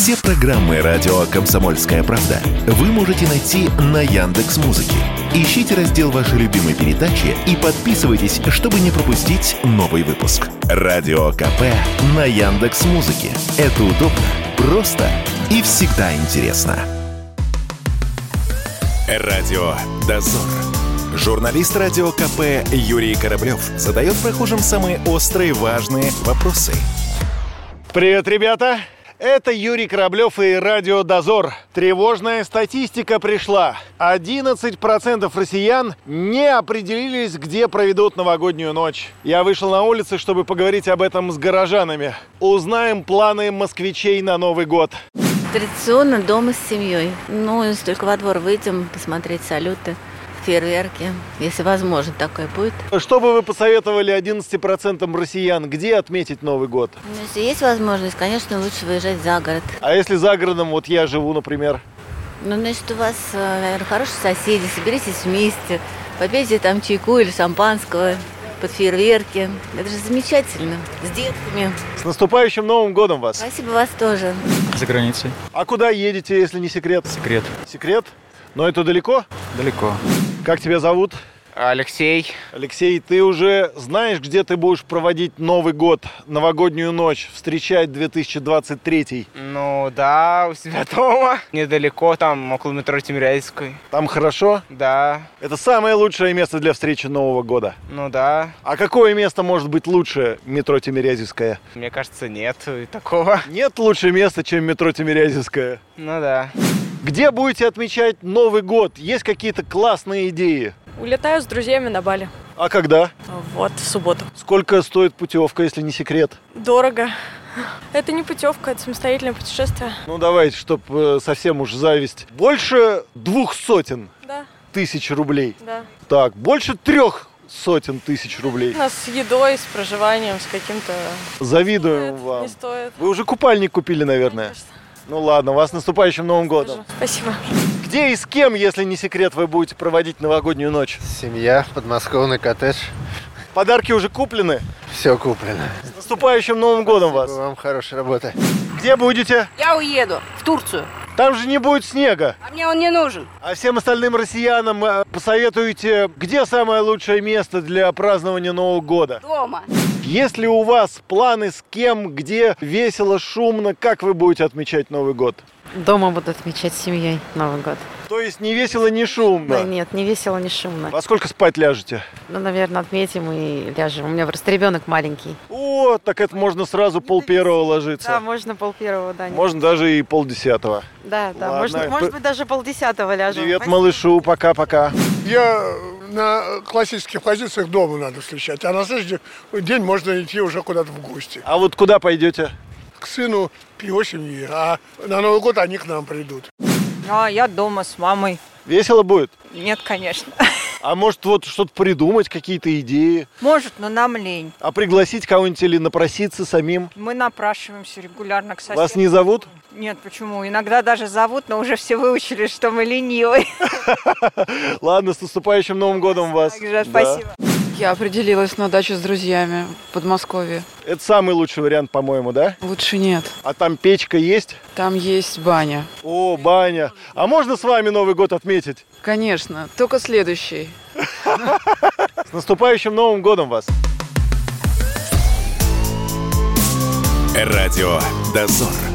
Все программы радио «Комсомольская правда» вы можете найти на Яндекс.Музыке. Ищите раздел вашей любимой передачи и подписывайтесь, чтобы не пропустить новый выпуск. Радио КП на Яндекс.Музыке. Это удобно, просто и всегда интересно. Радио «Дозор». Журналист радио КП Юрий Кораблев задает прохожим самые острые важные вопросы. Привет, ребята! Это Юрий Кораблев и Радио Дозор. Тревожная статистика пришла. 11% россиян не определились, где проведут новогоднюю ночь. Я вышел на улицу, чтобы поговорить об этом с горожанами. Узнаем планы москвичей на Новый год. Традиционно дома с семьей. Ну, если только во двор выйдем, посмотреть салюты, фейерверки, если возможно, такое будет. Что бы вы посоветовали 11% россиян, где отметить Новый год? Ну, если есть возможность, конечно, лучше выезжать за город. А если за городом, вот я живу, например? Ну, значит, у вас, наверное, хорошие соседи, соберитесь вместе, попейте там чайку или шампанского под фейерверки. Это же замечательно, с детками. С наступающим Новым годом вас! Спасибо, вас тоже. За границей. А куда едете, если не секрет? Секрет. Секрет? Но это далеко? Далеко. Как тебя зовут? Алексей. Алексей, ты уже знаешь, где ты будешь проводить Новый год, новогоднюю ночь, встречать 2023? Ну да, у себя дома. Недалеко, там, около метро Тимирязевской. Там хорошо? Да. Это самое лучшее место для встречи Нового года. Ну да. А какое место может быть лучше метро Тимирязевская? Мне кажется, нет такого. Нет лучше места, чем метро Тимирязевская. Ну да. Где будете отмечать Новый год? Есть какие-то классные идеи? Улетаю с друзьями на Бали. А когда? Вот, в субботу. Сколько стоит путевка, если не секрет? Дорого. Это не путевка, это самостоятельное путешествие. Ну давайте, чтобы совсем уж зависть. Больше 200 Да, тысяч рублей. да. Так, больше 300 тысяч рублей. У нас с едой, с проживанием, с каким-то... Завидуем Стоит, вам. не стоит. Вы уже купальник купили, наверное? Конечно. Ну ладно, вас с наступающим Новым годом. Спасибо. Где и с кем, если не секрет, вы будете проводить новогоднюю ночь? Семья, подмосковный коттедж. Подарки уже куплены? Все куплено. С наступающим Новым годом вас. Вам хорошей работы. Где будете? Я уеду в Турцию, Там же не будет снега. а мне он не нужен. А всем остальным россиянам посоветуете, где самое лучшее место для празднования Нового года? Дома. Есть ли у вас планы с кем, где весело, шумно, как вы будете отмечать Новый год? Дома буду отмечать с семьей Новый год. То есть не весело, не шумно? Да нет, не весело, не шумно. Во сколько спать ляжете? Ну, наверное, отметим и ляжем. У меня просто ребенок маленький. О, так это можно сразу 11:30 ложиться. Да, можно 11:30, да. Можно даже и 9:30. Да, да, Ладно. может быть, даже 9:30 ляжем. Привет, Спасибо. малышу, пока-пока. Я на классических позициях дома надо встречать, а на следующий день можно идти уже куда-то в гости. А вот куда пойдете? К сыну и его семье, а на Новый год они к нам придут. А я дома с мамой. Весело будет? Нет, конечно. А может вот что-то придумать, какие-то идеи? Может, но нам лень. А пригласить кого-нибудь или напроситься самим? Мы напрашиваемся регулярно к соседям. Вас не зовут? Нет, почему? Иногда даже зовут, но уже все выучили, что мы ленивые. Ладно, с наступающим Новым годом вас. Также спасибо. Я определилась на дачу с друзьями в Подмосковье. Это самый лучший вариант, по-моему, да? Лучше нет. А там печка есть? Там есть баня. О, баня. А можно с вами Новый год отметить? Конечно, только следующий. С наступающим Новым годом вас. Радио «Дозор».